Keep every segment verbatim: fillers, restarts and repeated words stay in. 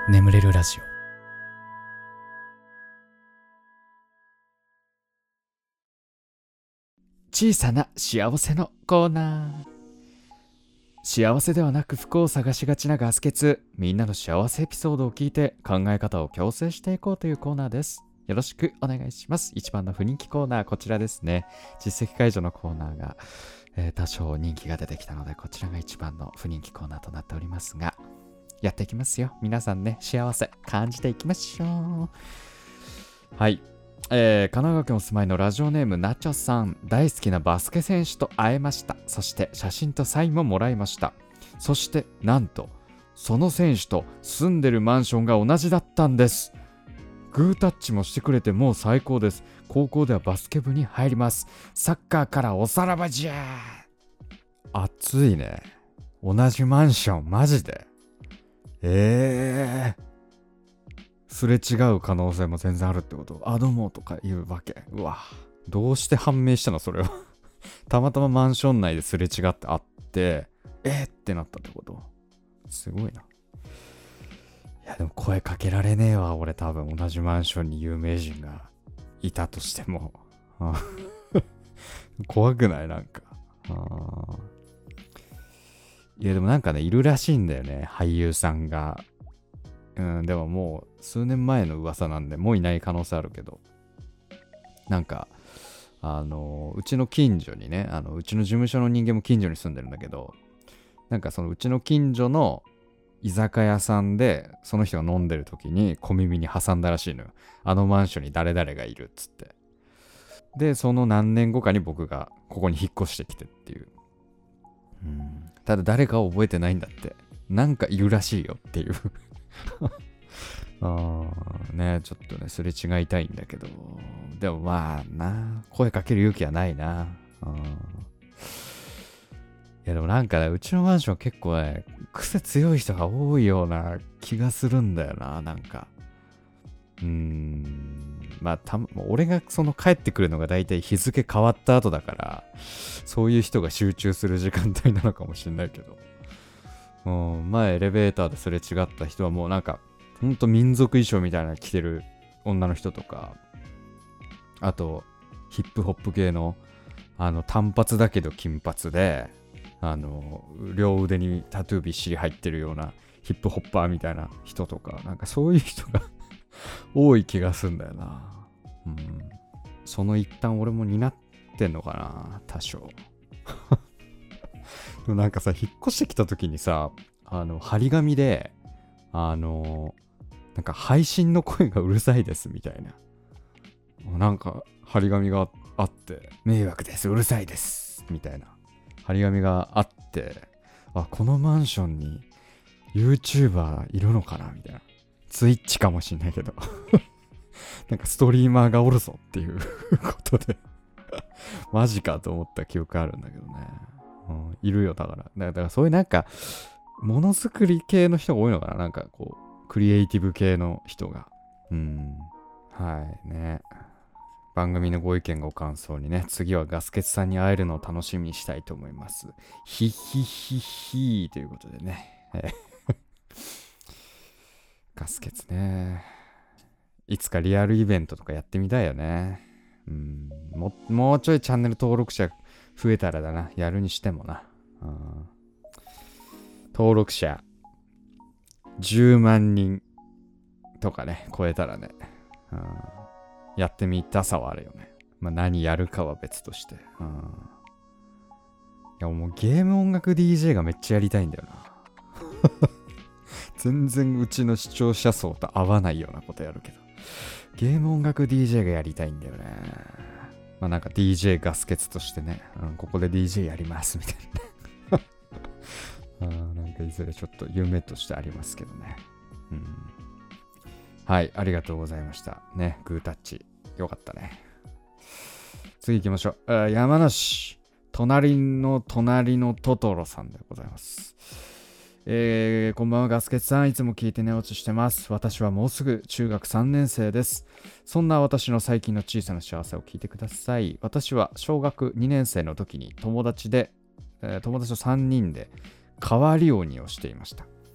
眠れるラジオ。小さな幸せのコーナー。幸せではなく服を探しがちなガスケツ、みんなの幸せエピソードを聞いて考え方を矯正していこうというコーナーです。よろしくお願いします。一番の不人気コーナー、こちらですね。実績解除のコーナーが、えー、多少人気が出てきたので、こちらが一番の不人気コーナーとなっておりますが、やっていきますよ。皆さんね、幸せ感じていきましょう。はい、えー、神奈川県お住まいのラジオネームナチョさん、大好きなバスケ選手と会えました。そして写真とサインももらいました。そしてなんとその選手と住んでるマンションが同じだったんです。グータッチもしてくれてもう最高です。高校ではバスケ部に入ります。サッカーからおさらばじゃー。熱いね。同じマンション、マジで。えーすれ違う可能性も全然あるってこと。あ、どうもとか言うわけ。うわ、どうして判明したのそれは。たまたまマンション内ですれ違ってあって、えーってなったってこと。すごいな。いやでも声かけられねえわ、俺。多分同じマンションに有名人がいたとしても。怖くない？なんか。あ、いやでもなんかね、いるらしいんだよね、俳優さんが。うん、でももう数年前の噂なんで、もういない可能性あるけど、なんかあのうちの近所にね、あのうちの事務所の人間も近所に住んでるんだけど、なんかそのうちの近所の居酒屋さんでその人が飲んでる時に小耳に挟んだらしいのよ。あのマンションに誰々がいるっつって。でその何年後かに僕がここに引っ越してきてっていう。うん、ただ誰かを覚えてないんだって。なんかいるらしいよっていう。あーね、ちょっとね、すれ違いたいんだけど、でもまあな、声かける勇気はないな。うん、いやでもなんかね、うちのマンション結構ね、癖強い人が多いような気がするんだよな、なんか。うーん、まあた、俺がその帰ってくるのが大体日付変わった後だから、そういう人が集中する時間帯なのかもしれないけど。うん、前エレベーターですれ違った人はもうなんか、ほんと民族衣装みたいなの着てる女の人とか、あとヒップホップ系のあの単発だけど金髪で、あの両腕にタトゥーびっしり入ってるようなヒップホッパーみたいな人とか、なんかそういう人が多い気がするんだよな。うん、その一端俺も担ってんのかな、多少。でもなんかさ、引っ越してきた時にさ、あの張り紙で、あのなんか配信の声がうるさいですみたいな、なんか張り紙があって、迷惑です、うるさいですみたいな張り紙があって、あ、このマンションに YouTuber いるのかなみたいな、ツイッチかもしんないけどなんかストリーマーがおるぞっていうことでマジかと思った記憶あるんだけどね。うん、いるよ。だからだからだからそういうなんかものづくり系の人が多いのかな、なんかこうクリエイティブ系の人が。うん、はいね。番組のご意見ご感想にね、次はガスケツさんに会えるのを楽しみにしたいと思います。ヒヒヒヒーということでね。ガスケツね。いつかリアルイベントとかやってみたいよね。うん、も, もうちょいチャンネル登録者増えたらだな、やるにしてもな。うん、登録者じゅうまんにんとかね、超えたらね、うん、やってみたさはあるよね。まあ何やるかは別として。うん、いやもうゲーム音楽 ディージェー がめっちゃやりたいんだよな。全然うちの視聴者層と合わないようなことやるけど。ゲーム音楽 ディージェー がやりたいんだよね。まあなんか ディージェー ガスケツとしてね、うん、ここで ディージェー やりますみたいな。あ、なんかいずれちょっと夢としてありますけどね。うん、はい、ありがとうございました。ね、グータッチ。よかったね。次行きましょう。あ、山梨。隣の隣のトトロさんでございます。えー、こんばんは、ガスケツさん。いつも聞いて寝落ちしてます。私はもうすぐ中学さんねん生です。そんな私の最近の小さな幸せを聞いてください。私は小学にねん生の時に友達で、えー、友達とさんにんで川り鬼をしていました。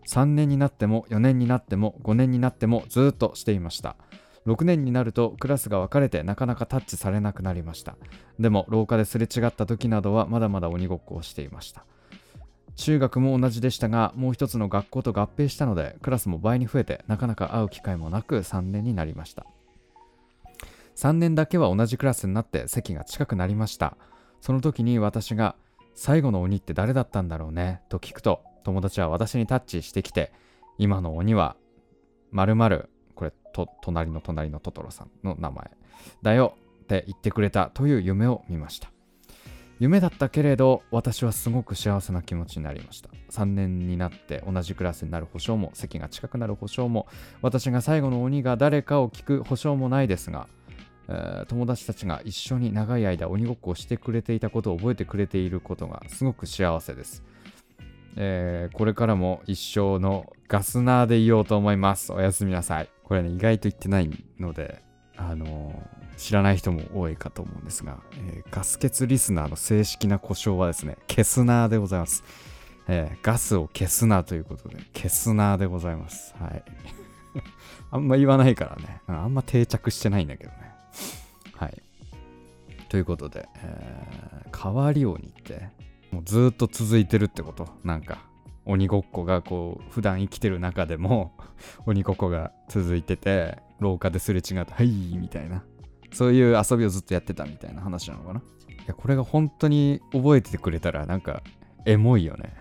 さんねんになってもよねんになってもごねんになってもずっとしていました。ろくねんになるとクラスが分かれてなかなかタッチされなくなりました。でも廊下ですれ違った時などはまだまだ鬼ごっこをしていました。中学も同じでしたが、もう一つの学校と合併したのでクラスも倍に増えてなかなか会う機会もなくさんねんになりました。さんねんだけは同じクラスになって席が近くなりました。その時に私が最後の鬼って誰だったんだろうねと聞くと、友達は私にタッチしてきて、今の鬼は〇〇、これと隣の隣のトトロさんの名前だよって言ってくれたという夢を見ました。夢だったけれど私はすごく幸せな気持ちになりました。さんねんになって同じクラスになる保証も、席が近くなる保証も、私が最後の鬼が誰かを聞く保証もないですが、えー、友達たちが一緒に長い間鬼ごっこをしてくれていたことを覚えてくれていることがすごく幸せです。えー、これからも一生のガスナーでいようと思います。おやすみなさい。これね、意外と言ってないので、あのー知らない人も多いかと思うんですが、えー、ガス欠リスナーの正式な呼称はですね、ケスナーでございます。えー、ガスを消すなということで、ケスナーでございます。はい。あんま言わないからね、あんま定着してないんだけどね。はい。ということで、えー、変わり鬼ってもうずっと続いてるってこと。なんか鬼ごっこがこう普段生きてる中でも鬼ごっこが続いてて、廊下ですれ違ってはいみたいな、そういう遊びをずっとやってたみたいな話なのかな。いや、これが本当に覚えててくれたらなんかエモいよね。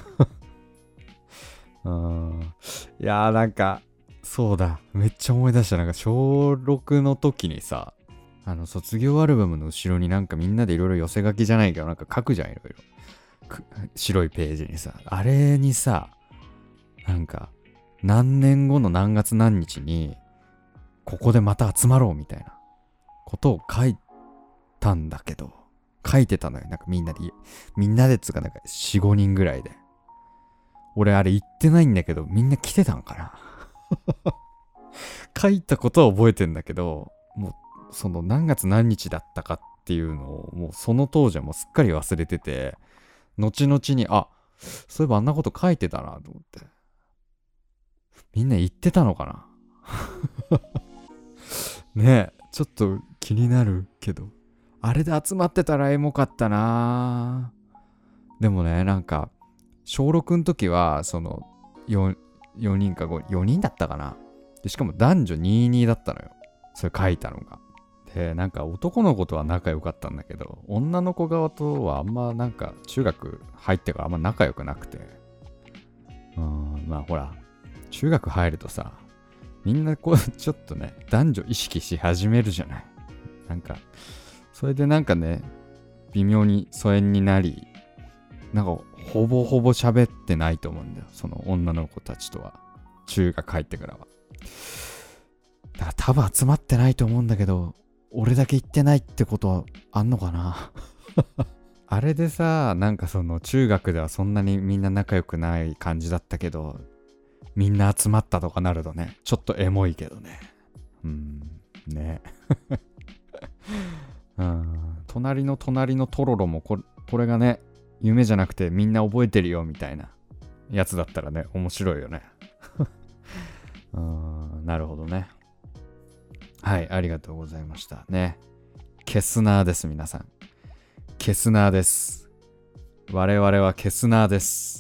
うーん。いやー、なんかそうだ、めっちゃ思い出した。なんか小ろくの時にさ、あの卒業アルバムの後ろになんかみんなでいろいろ寄せ書きじゃないけどなんか書くじゃん、いろいろ白いページにさ、あれにさ、なんか何年後の何月何日にここでまた集まろうみたいなことを書いたんだけど、書いてたのよ。なんかみんなで、みんなでつうかなんかよん、ごにんぐらいで。俺あれ言ってないんだけど、みんな来てたんかな。書いたことは覚えてんだけど、もうその何月何日だったかっていうのをもうその当時はもうすっかり忘れてて、後々に、あ、そういえばあんなこと書いてたなと思って。みんな言ってたのかな。ねえ、ちょっと気になるけど、あれで集まってたらエモかったな。でもね、なんか小ろくの時はその 4, 4人かご、よにんだったかな。でしかも男女にじゅうにだったのよ、それ書いたのが。で、なんか男の子とは仲良かったんだけど、女の子側とはあんまなんか中学入ってからあんま仲良くなくて、うーん、まあほら中学入るとさ、みんなこうちょっとね男女意識し始めるじゃない。なんかそれでなんかね微妙に疎遠になり、なんかほぼほぼ喋ってないと思うんだよ、その女の子たちとは。中学入ってからはだから多分集まってないと思うんだけど、俺だけ行ってないってことはあんのかな。あれでさ、なんかその中学ではそんなにみんな仲良くない感じだったけど、みんな集まったとかなるとね、ちょっとエモいけどね。うーん、ね。うん、隣の隣のトロロもこれ、これがね、夢じゃなくてみんな覚えてるよみたいなやつだったらね、面白いよね。うーん、なるほどね。はい、ありがとうございましたね。ケスナーです、皆さん。ケスナーです。我々はケスナーです。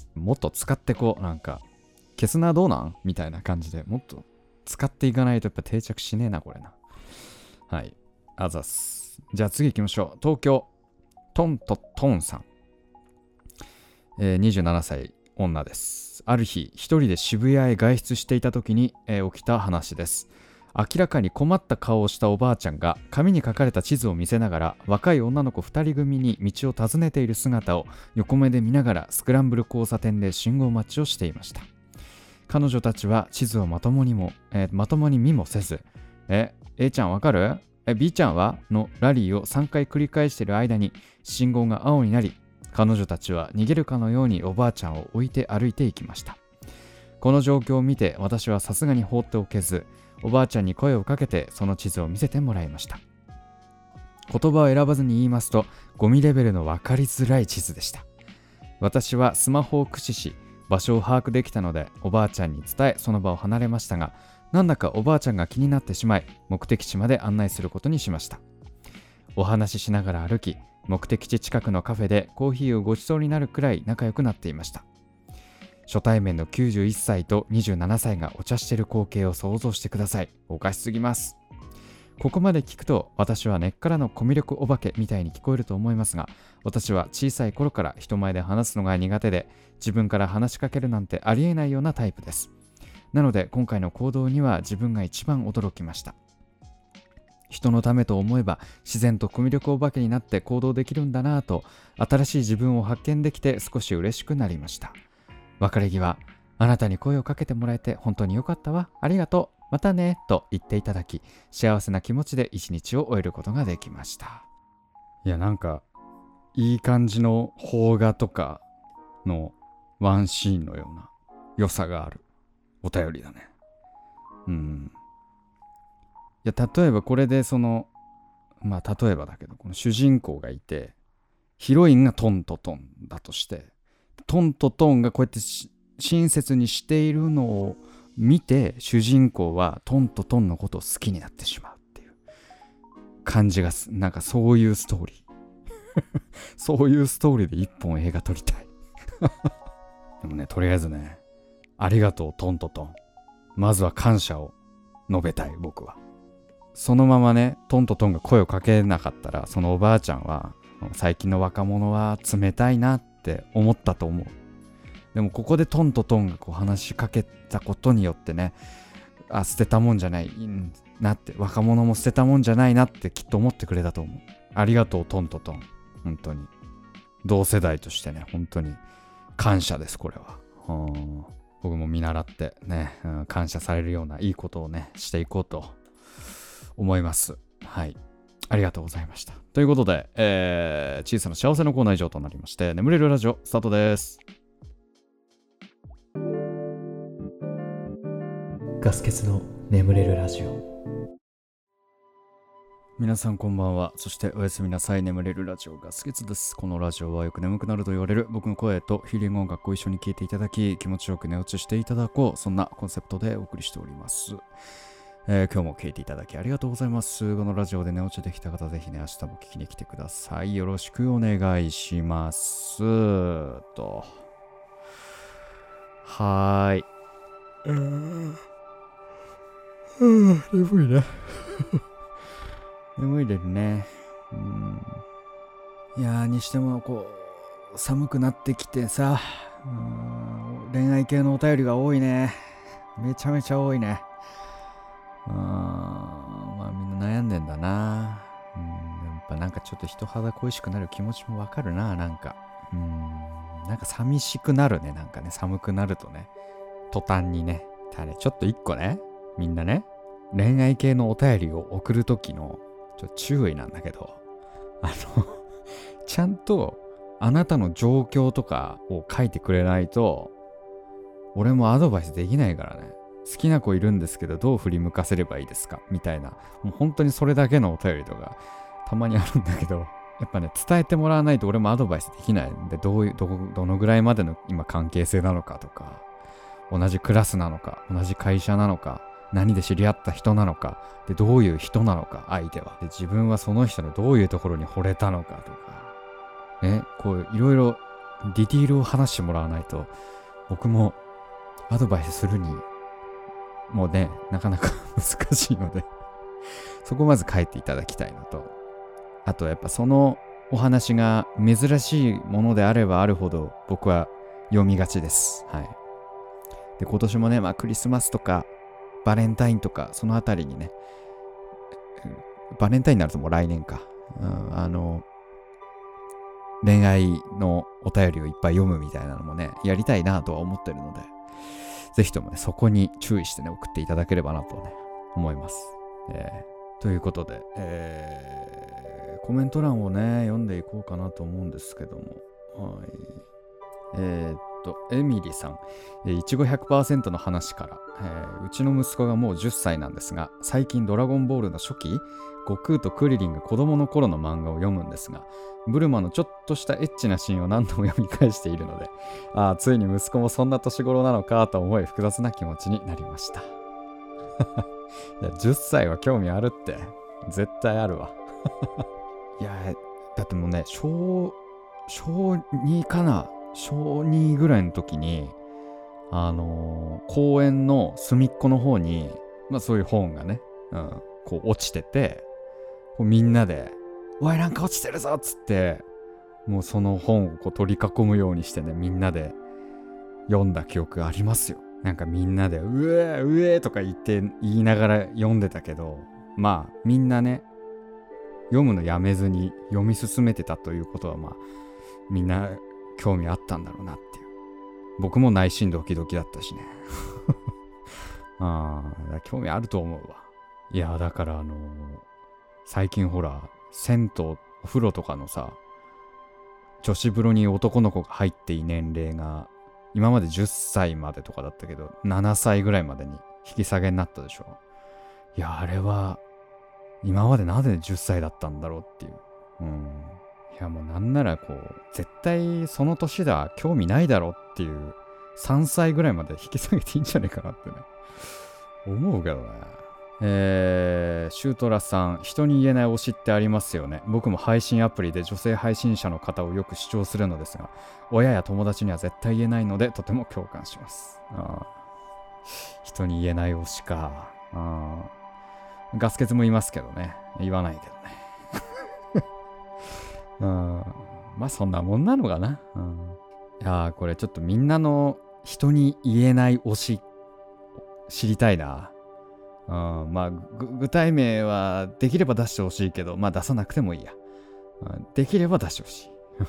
もっと使ってこう。なんかケスナーどうなんみたいな感じでもっと使っていかないとやっぱ定着しねえな、これな。はい、あざっす。じゃあ次行きましょう。東京トントトンさん、えー、にじゅうななさい女です。ある日一人で渋谷へ外出していた時に、えー、起きた話です。明らかに困った顔をしたおばあちゃんが紙に書かれた地図を見せながら若い女の子ふたり組に道を尋ねている姿を横目で見ながらスクランブル交差点で信号待ちをしていました。彼女たちは地図をまともにも、えー、まともに見もせず、え、A ちゃんわかる？え、B ちゃんはのラリーをさんかい繰り返している間に信号が青になり、彼女たちは逃げるかのようにおばあちゃんを置いて歩いていきました。この状況を見て私はさすがに放っておけず、おばあちゃんに声をかけてその地図を見せてもらいました。言葉を選ばずに言いますと、ゴミレベルの分かりづらい地図でした。私はスマホを駆使し、 場所を把握できたのでおばあちゃんに伝えその場を離れましたが、なんだかおばあちゃんが気になってしまい目的地まで案内することにしました。お話ししながら歩き、目的地近くのカフェでコーヒーをごちそうになるくらい仲良くなっていました。初対面のきゅうじゅういっさいとにじゅうななさいがお茶している光景を想像してください。おかしすぎます。ここまで聞くと私は根っからのコミュ力お化けみたいに聞こえると思いますが、私は小さい頃から人前で話すのが苦手で、自分から話しかけるなんてありえないようなタイプです。なので今回の行動には自分が一番驚きました。人のためと思えば自然とコミュ力お化けになって行動できるんだなぁと、新しい自分を発見できて少し嬉しくなりました。別れ際、あなたに声をかけてもらえて本当によかったわ、ありがとう、またねと言っていただき、幸せな気持ちで一日を終えることができました。いや、なんかいい感じの邦画とかのワンシーンのような良さがあるお便りだね。うん。いや、例えばこれでその、まあ例えばだけど、この主人公がいて、ヒロインがトントトンだとして、トントトンがこうやって親切にしているのを見て、主人公はトントトンのことを好きになってしまうっていう感じがす、なんかそういうストーリー。そういうストーリーで一本映画撮りたい。でもね、とりあえずね、ありがとうトントトン。まずは感謝を述べたい、僕は。そのままね、トントトンが声をかけなかったら、そのおばあちゃんは最近の若者は冷たいなって思ったと思う。でもここでトントトンがこう話しかけたことによってね、あ、捨てたもんじゃないなって、若者も捨てたもんじゃないなってきっと思ってくれたと思う。ありがとうトントトン。本当に同世代としてね、本当に感謝です。これは僕も見習ってね、うん、感謝されるようないいことをねしていこうと思います。はい、ありがとうございました。ということで、えー、小さな幸せのコーナー以上となりまして、眠れるラジオスタートです。 ガス欠の眠れるラジオ。 皆さんこんばんは。そしておやすみなさい。眠れるラジオガス欠です。このラジオはよく眠くなると言われる僕の声とヒーリング音楽を一緒に聴いていただき、気持ちよく寝落ちしていただこう、そんなコンセプトでお送りしております。えー、今日も聞いていただきありがとうございます。このラジオで寝落ちできた方、ぜひね、明日も聞きに来てください。よろしくお願いしますと。はーい。うーん。眠いね。眠いですね。うん。いやー、にしてもこう寒くなってきてさ、うーん、恋愛系のお便りが多いね。めちゃめちゃ多いね。うーん、まあみんな悩んでんだな。うん、やっぱなんかちょっと人肌恋しくなる気持ちもわかるな。なんか、うん、なんか寂しくなるね。なんかね、寒くなるとね、途端にね。ただね、ちょっと一個ね、みんなね、恋愛系のお便りを送るときのちょっと注意なんだけど、あのちゃんとあなたの状況とかを書いてくれないと俺もアドバイスできないからね。好きな子いるんですけどどう振り向かせればいいですかみたいな、もう本当にそれだけのお便りとかたまにあるんだけど、やっぱね、伝えてもらわないと俺もアドバイスできないんで、どういうどどのぐらいまでの今関係性なのかとか、同じクラスなのか、同じ会社なのか、何で知り合った人なのか、でどういう人なのか、相手はで自分はその人のどういうところに惚れたのかとかね、こういろいろディティールを話してもらわないと僕もアドバイスするにもうね、なかなか難しいのでそこをまず書いていただきたいのと、あとやっぱそのお話が珍しいものであればあるほど僕は読みがちです。はい。で今年もね、まあクリスマスとかバレンタインとかそのあたりにね、バレンタインになるともう来年か、うん、あの恋愛のお便りをいっぱい読むみたいなのもね、やりたいなとは思ってるので、ぜひともね、そこに注意してね、送っていただければなとね、思います。えー、ということで、えー、コメント欄をね、読んでいこうかなと思うんですけども、はい。えー、っと、エミリさん、えーいちご ひゃくパーセント の話から、えーうちの息子がもうじゅっさいなんですが、最近ドラゴンボールの初期、悟空とクリリンが子供の頃の漫画を読むんですが、ブルマのちょっとしたエッチなシーンを何度も読み返しているので、ああ、ついに息子もそんな年頃なのかと思い複雑な気持ちになりました。いや、じゅっさいは興味あるって。絶対あるわ。いや、だってもうね、小、小にかな小にぐらいの時に、あのー公園の隅っこの方に、まあそういう本がね、うん、こう落ちてて、こうみんなで、おいなんか落ちてるぞっつって、もうその本をこう取り囲むようにしてね、みんなで読んだ記憶がありますよ。なんかみんなで、うえーうえーとか言って、言いながら読んでたけど、まあみんなね、読むのやめずに読み進めてたということはまあみんな興味あったんだろうなっていう。僕も内心ドキドキだったしね。ああ、興味あると思うわ。いやだからあのー最近ほら銭湯お風呂とかのさ、女子風呂に男の子が入っていい年齢が今までじゅっさいまでとかだったけどななさいぐらいまでに引き下げになったでしょ。いやあれは今までなぜじゅっさいだったんだろうっていう。うん。いやもうなんならこう、絶対その年では興味ないだろうっていう、さんさいぐらいまで引き下げていいんじゃないかなってね。思うけどね。えー、シュートラさん、人に言えない推しってありますよね。僕も配信アプリで女性配信者の方をよく主張するのですが、親や友達には絶対言えないので、とても共感します。あ人に言えない推しか。あガスケツもいますけどね。言わないけどね。うん。まあそんなもんなのかな。うん、いやーこれちょっとみんなの人に言えない推し知りたいな。うん、まあ具体名はできれば出してほしいけど、まあ出さなくてもいいや。うん、できれば出してほしい。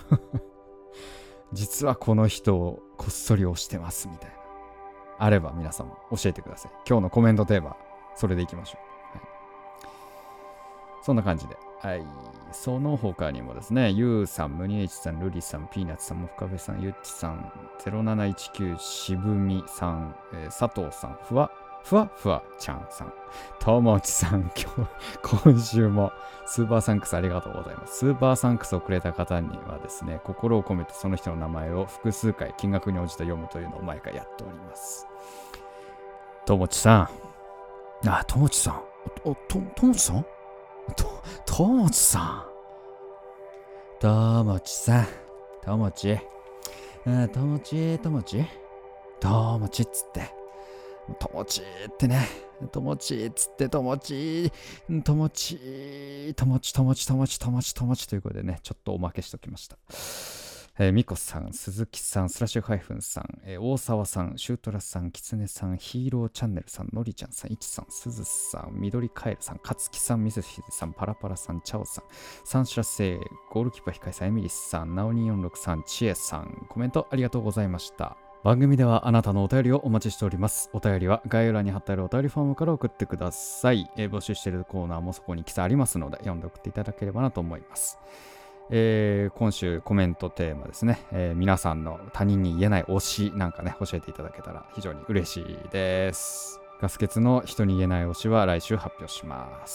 実はこの人をこっそり推してますみたいな。あれば皆さんも教えてください。今日のコメントテーマ、それでいきましょう。はい、そんな感じで。はい。その他にもですね、ゆうさん、ムニエイチさん、ルリさん、ピーナッツさん、モフカフェさん、ゆっちさん、ゼロなないちきゅう、しぶみさん、えー佐藤さん、ふわ、ふわふわちゃんさん、ともちさん、今日、今週もスーパーサンクスありがとうございます。スーパーサンクスをくれた方にはですね、心を込めてその人の名前を複数回金額に応じて読むというのを毎回やっております。ともちさん、あ、ともちさん、お、おと、ともちさんと、ともちさん。ともちさん。ともち。あ、ともち、ともち。ともちっつって。ともちってね。ともちっつって、ともち。ともち。ともち、ともち、ともち、ともち、ともちということでね、ちょっとおまけしときました。えー、みこさん、鈴木さん、スラッシュハイフンさん、えー、大沢さん、シュートラさん、きつねさん、ヒーローチャンネルさん、のりちゃんさん、いちさん、すずさん、みどりカエルさん、かつきさん、みずひさん、パラパラさん、チャオさん、サンシャラセイ、ゴールキーパー控えさん、エミリスさん、ナオにーよんろくさん、ちえさん、コメントありがとうございました。番組ではあなたのお便りをお待ちしております。お便りは概要欄に貼ってあるお便りフォームから送ってください。えー、募集しているコーナーもそこに記載ありますので、読んで送っていただければなと思います。えー、今週コメントテーマですね、えー、皆さんの他人に言えない推しなんかね教えていただけたら非常に嬉しいです。ガスケツの人に言えない推しは来週発表します。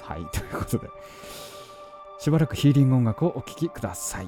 はい、ということでしばらくヒーリング音楽をお聴きください。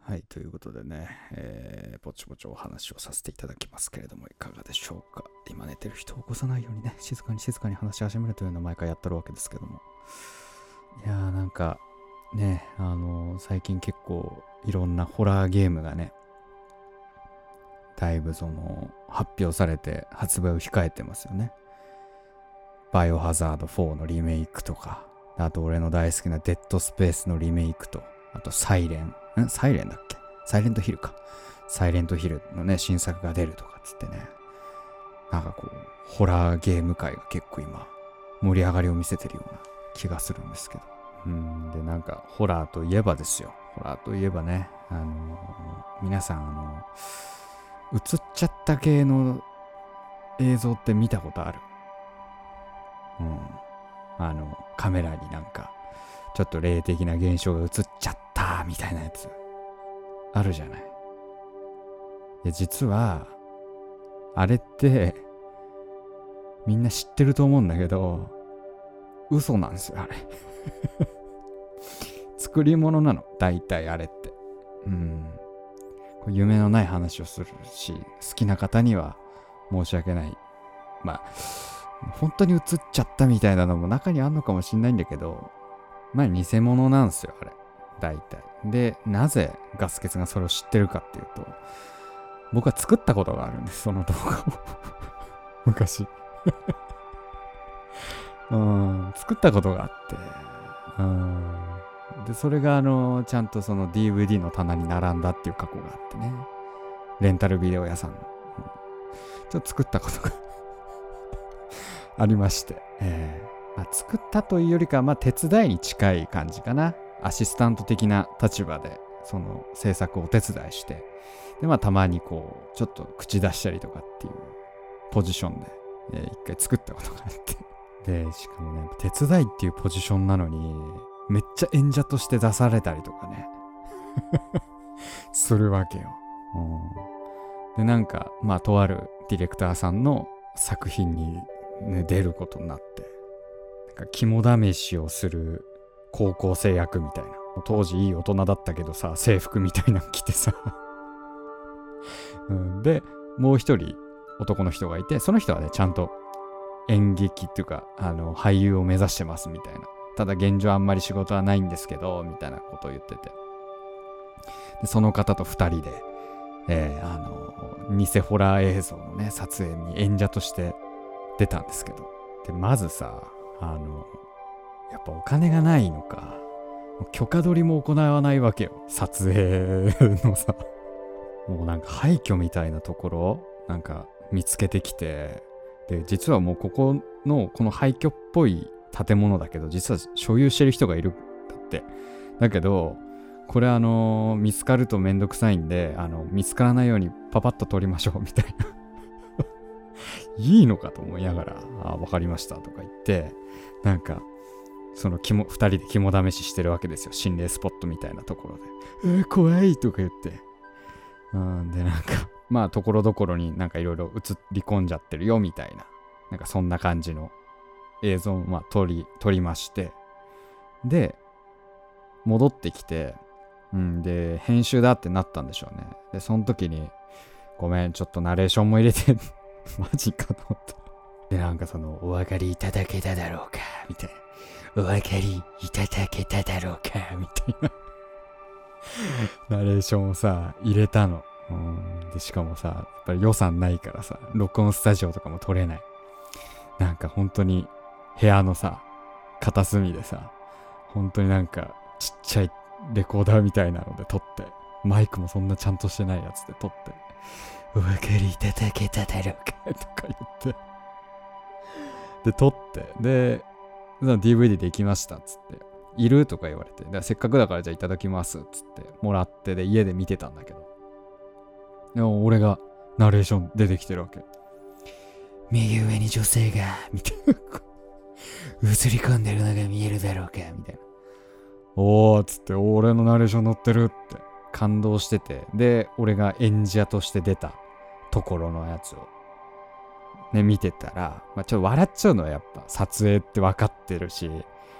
はい、ということでね、えー、ぼちぼちお話をさせていただきますけれども、いかがでしょうか。今寝てる人を起こさないようにね、静かに静かに話し始めるというのを毎回やってるわけですけども。いやーなんか、ね、あのー、最近結構いろんなホラーゲームがね、だいぶその、発表されて発売を控えてますよね。バイオハザードフォーのリメイクとか、あと俺の大好きなデッドスペースのリメイクと、あとサイレン、んサイレンだっけサイレントヒルか。サイレントヒルのね、新作が出るとかっつってね。なんかこう、ホラーゲーム界が結構今、盛り上がりを見せてるような気がするんですけど。うん、で、なんか、ホラーといえばですよ。ホラーといえばね、あのー、皆さん、あのー、映っちゃった系の映像って見たことある？うん。あの、カメラになんか、ちょっと霊的な現象が映っちゃったみたいなやつあるじゃない。で、実はあれってみんな知ってると思うんだけど、嘘なんですよあれ作り物なの、大体あれって。うん、こう夢のない話をするし、好きな方には申し訳ない。まあ本当に映っちゃったみたいなのも中にあんのかもしんないんだけど、まあ偽物なんですよあれ、大体。で、なぜガスケツがそれを知ってるかっていうと、僕は作ったことがあるんです、その動画を昔うん、作ったことがあって、うん、でそれがあのちゃんとその ディーブイディー の棚に並んだっていう過去があってね、レンタルビデオ屋さんの、うん、ちょっと作ったことがありまして、えーまあ、作ったというよりかは、まあ、手伝いに近い感じかな。アシスタント的な立場でその制作をお手伝いして、でまあたまにこうちょっと口出したりとかっていうポジションで、えー、一回作ったことがあってで、しかもね、手伝いっていうポジションなのにめっちゃ演者として出されたりとかねするわけよ、うん、でなんかまあとあるディレクターさんの作品に、ね、出ることになって、なんか肝試しをする高校生役みたいな、当時いい大人だったけどさ、制服みたいなの着てさうん、でもう一人男の人がいて、その人はねちゃんと演劇っていうかあの俳優を目指してますみたいな、ただ現状あんまり仕事はないんですけどみたいなことを言ってて、でその方と二人で、えー、あの偽ホラー映像のね撮影に演者として出たんですけど、でまずさ、あのやっぱお金がないのか許可取りも行わないわけよ、撮影のさもうなんか廃墟みたいなところなんか見つけてきて、で実はもうここのこの廃墟っぽい建物だけど実は所有してる人がいるんだって。だけどこれあのー、見つかるとめんどくさいんで、あの見つからないようにパパッと撮りましょうみたいないいのかと思いながら、あ、わかりましたとか言って、なんかその肝ふたりで肝試ししてるわけですよ、心霊スポットみたいなところで。えー、怖いとか言って、うん、でなんかまあところどころになんかいろいろ映り込んじゃってるよみたいな、なんかそんな感じの映像をまあ撮り撮りまして、で戻ってきて、うん、で編集だってなったんでしょうね。でその時にごめんちょっとナレーションも入れてマジかと思って、でなんかそのお分かりいただけただろうかみたいな、お分かりいただけただろうかみたいなナレーションをさ入れたの。うん、でしかもさ、やっぱり予算ないからさ、録音スタジオとかも撮れない。なんか本当に部屋のさ片隅でさ、本当になんかちっちゃいレコーダーみたいなので撮って、マイクもそんなちゃんとしてないやつで撮って、お分かりいただけただろうかとか言ってで撮って、で ディーブイディー できましたっつって、いるとか言われて、だからせっかくだからじゃあいただきますっつってもらって、で家で見てたんだけど、でも俺がナレーション出てきてるわけ。右上に女性がみたいな映り込んでるのが見えるだろうかみたいな、おーっつって、俺のナレーション載ってるって感動してて、で俺が演者として出たところのやつをね見てたら、まあ、ちょっと笑っちゃうのはやっぱ撮影って分かってるし、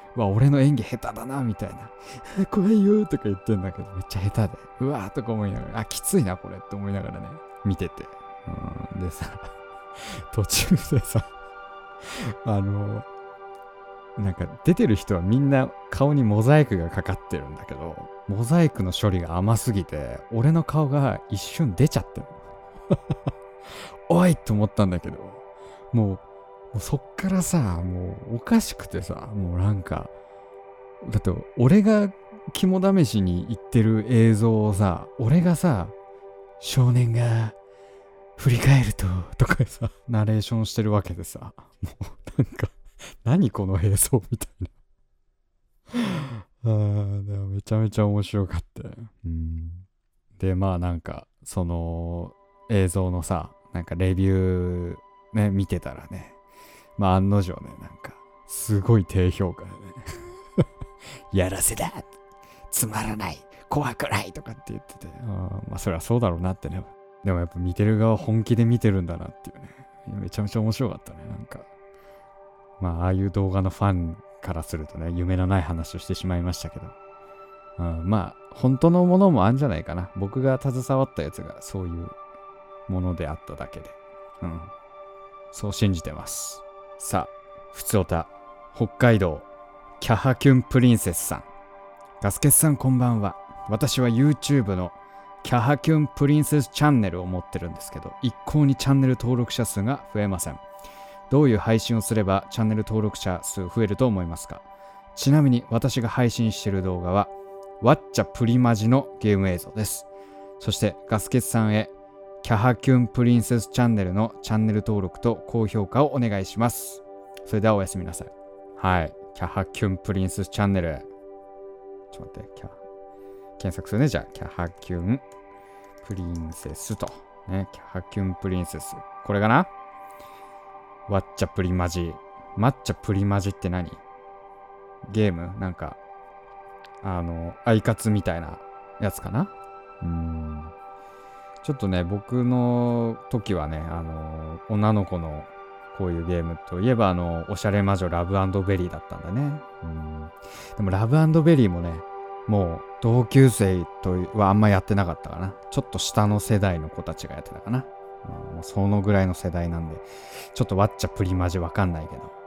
うわ俺の演技下手だなみたいな怖いよとか言ってんだけどめっちゃ下手でうわーとか思いながらあきついなこれって思いながらね見ててうんでさ途中でさあのなんか出てる人はみんな顔にモザイクがかかってるんだけどモザイクの処理が甘すぎて俺の顔が一瞬出ちゃってるおいと思ったんだけどもう、もうそっからさもうおかしくてさもうなんかだって俺が肝試しに行ってる映像をさ俺がさ少年が振り返るととかさナレーションしてるわけでさもうなんか何この映像みたいなあーでもめちゃめちゃ面白かった。うんでまあなんかその映像のさなんかレビューね見てたらねまあ案の定ねなんかすごい低評価でねやらせだつまらない怖くないとかって言っててあまあそりゃそうだろうなってねでもやっぱ見てる側本気で見てるんだなっていうねめちゃめちゃ面白かったねなんかまあああいう動画のファンからするとね夢のない話をしてしまいましたけど、うん、まあ本当のものもあるんじゃないかな僕が携わったやつがそういうものであっただけでうんそう信じてますさあふつおた北海道キャハキュンプリンセスさんガスケツさんこんばんは私は YouTube のキャハキュンプリンセスチャンネルを持ってるんですけど一向にチャンネル登録者数が増えませんどういう配信をすればチャンネル登録者数増えると思いますかちなみに私が配信している動画はワッチャプリマジのゲーム映像ですそしてガスケツさんへキャハキュンプリンセスチャンネルのチャンネル登録と高評価をお願いしますそれではおやすみなさいはいキャハキュンプリンセスチャンネルちょっと待ってキャ検索するねじゃあキャハキュンプリンセスとねキャハキュンプリンセスこれかなワッチャプリマジマッチャプリマジって何ゲームなんかあのアイカツみたいなやつかなうーんちょっとね僕の時はねあの女の子のこういうゲームといえばあのおしゃれ魔女ラブ&ベリーだったんだねうんでもラブ&ベリーもねもう同級生とはあんまやってなかったかなちょっと下の世代の子たちがやってたかなもうそのぐらいの世代なんでちょっとワッチャプリマジわかんないけど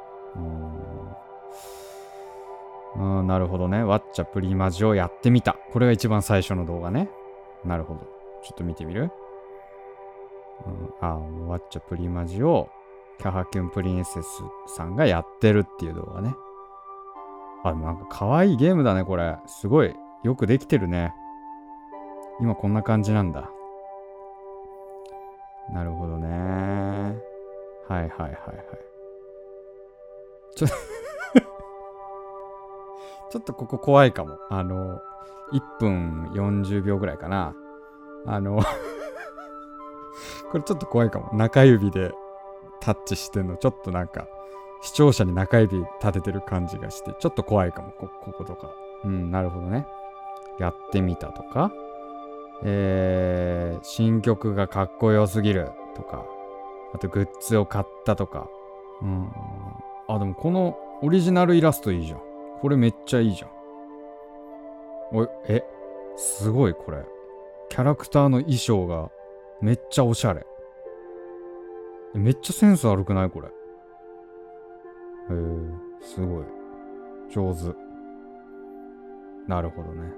うーんうんなるほどねワッチャプリマジをやってみたこれが一番最初の動画ねなるほどちょっと見てみる、うん、あワッチャプリマジをキャハキュンプリンセスさんがやってるっていう動画ねあなんか可愛いゲームだねこれすごいよくできてるね今こんな感じなんだなるほどねはいはいはいはいちょちょっとここ怖いかもあのいっぷんよんじゅうびょうぐらいかなあのこれちょっと怖いかも中指でタッチしてんのちょっとなんか視聴者に中指立ててる感じがしてちょっと怖いかも こ, こことかうんなるほどねやってみたとかえー、新曲がかっこよすぎるとかあとグッズを買ったとかうんあでもこのオリジナルイラストいいじゃんこれめっちゃいいじゃんおいえすごいこれキャラクターの衣装がめっちゃおしゃれめっちゃセンス悪くないこれへえすごい上手なるほどね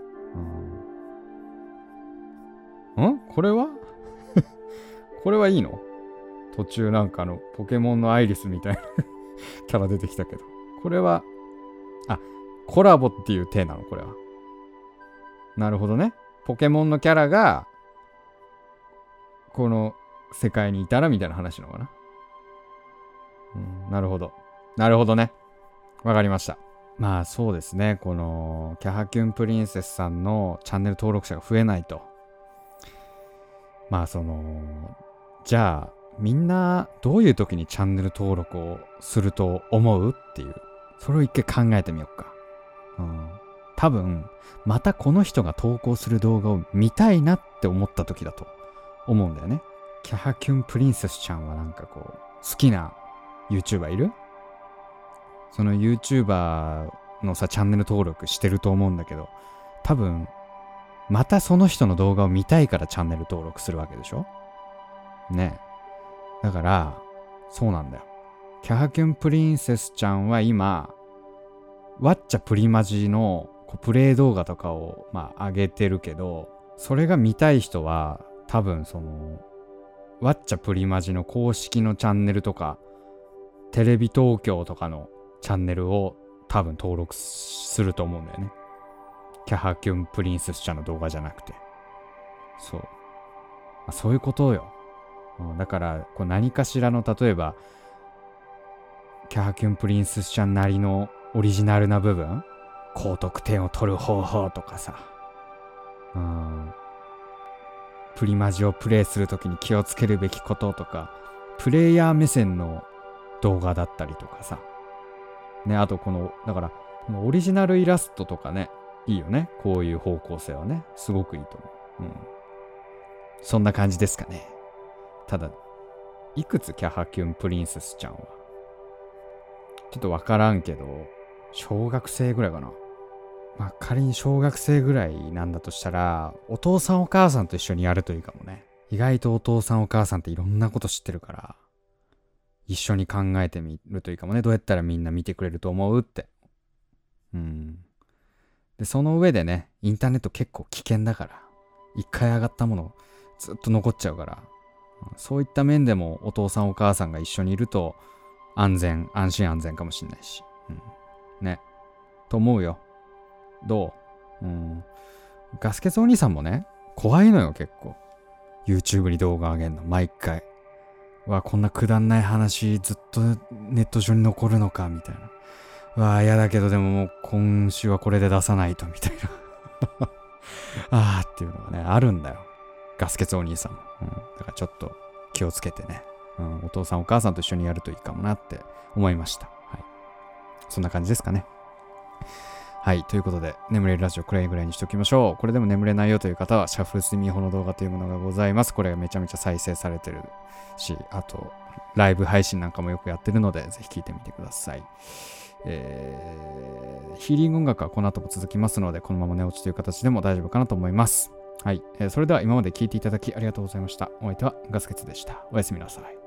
うんんこれはこれはいいの途中なんかあのポケモンのアイリスみたいなキャラ出てきたけどこれはあコラボっていう体なのこれはなるほどねポケモンのキャラがこの世界にいたらみたいな話なのかなうんなるほどなるほどねわかりましたまあそうですねこのキャハキュンプリンセスさんのチャンネル登録者が増えないとまあそのじゃあみんなどういう時にチャンネル登録をすると思うっていうそれを一回考えてみようか、うん、多分またこの人が投稿する動画を見たいなって思った時だと思うんだよねキャハキュンプリンセスちゃんはなんかこう好きな YouTuber いる？ その YouTuber のさチャンネル登録してると思うんだけど、多分またその人の動画を見たいからチャンネル登録するわけでしょね。だからそうなんだよ。キャハキュンプリンセスちゃんは今ワッチャプリマジのこうプレイ動画とかをまあ上げてるけど、それが見たい人は多分そのワッチャプリマジの公式のチャンネルとかテレビ東京とかのチャンネルを多分登録すると思うんだよね。キャハキュンプリンセスちゃんの動画じゃなくて。そう、まあ、そういうことよ。だからこう何かしらの例えばキャハキュンプリンセスちゃんなりのオリジナルな部分、高得点を取る方法とかさ、うん、プリマジをプレイするときに気をつけるべきこととか、プレイヤー目線の動画だったりとかさね、あとこのだからこのオリジナルイラストとかね、いいよね。こういう方向性はね、すごくいいと思う。うん、そんな感じですかね。ただいくつキャハキュンプリンセスちゃんはちょっとわからんけど、小学生ぐらいかな。まあ仮に小学生ぐらいなんだとしたら、お父さんお母さんと一緒にやるといいかもね。意外とお父さんお母さんっていろんなこと知ってるから、一緒に考えてみるといいかもね。どうやったらみんな見てくれると思うって。うん。で、その上でね、インターネット結構危険だから、一回上がったものずっと残っちゃうから、そういった面でもお父さんお母さんが一緒にいると安全、安心安全かもしれないし。うん、ね。と思うよ。どう？うん。ガスケツお兄さんもね、怖いのよ結構。YouTube に動画上げんの、毎回。わ、こんなくだんない話ずっとネット上に残るのか、みたいな。わあ、嫌だけどでももう今週はこれで出さないと、みたいな。あーっていうのがね、あるんだよ。ガスケツお兄さんも。うん。だからちょっと気をつけてね。うん。お父さんお母さんと一緒にやるといいかもなって思いました。はい。そんな感じですかね。はい。ということで、眠れるラジオくらいぐらいにしておきましょう。これでも眠れないよという方は、シャッフル睡眠法の動画というものがございます。これがめちゃめちゃ再生されてるし、あと、ライブ配信なんかもよくやってるので、ぜひ聞いてみてください。えー、ヒーリング音楽はこの後も続きますので、このまま寝落ちという形でも大丈夫かなと思います。はい。えー、それでは今まで聞いていただきありがとうございました。お相手はガスケツでした。おやすみなさい。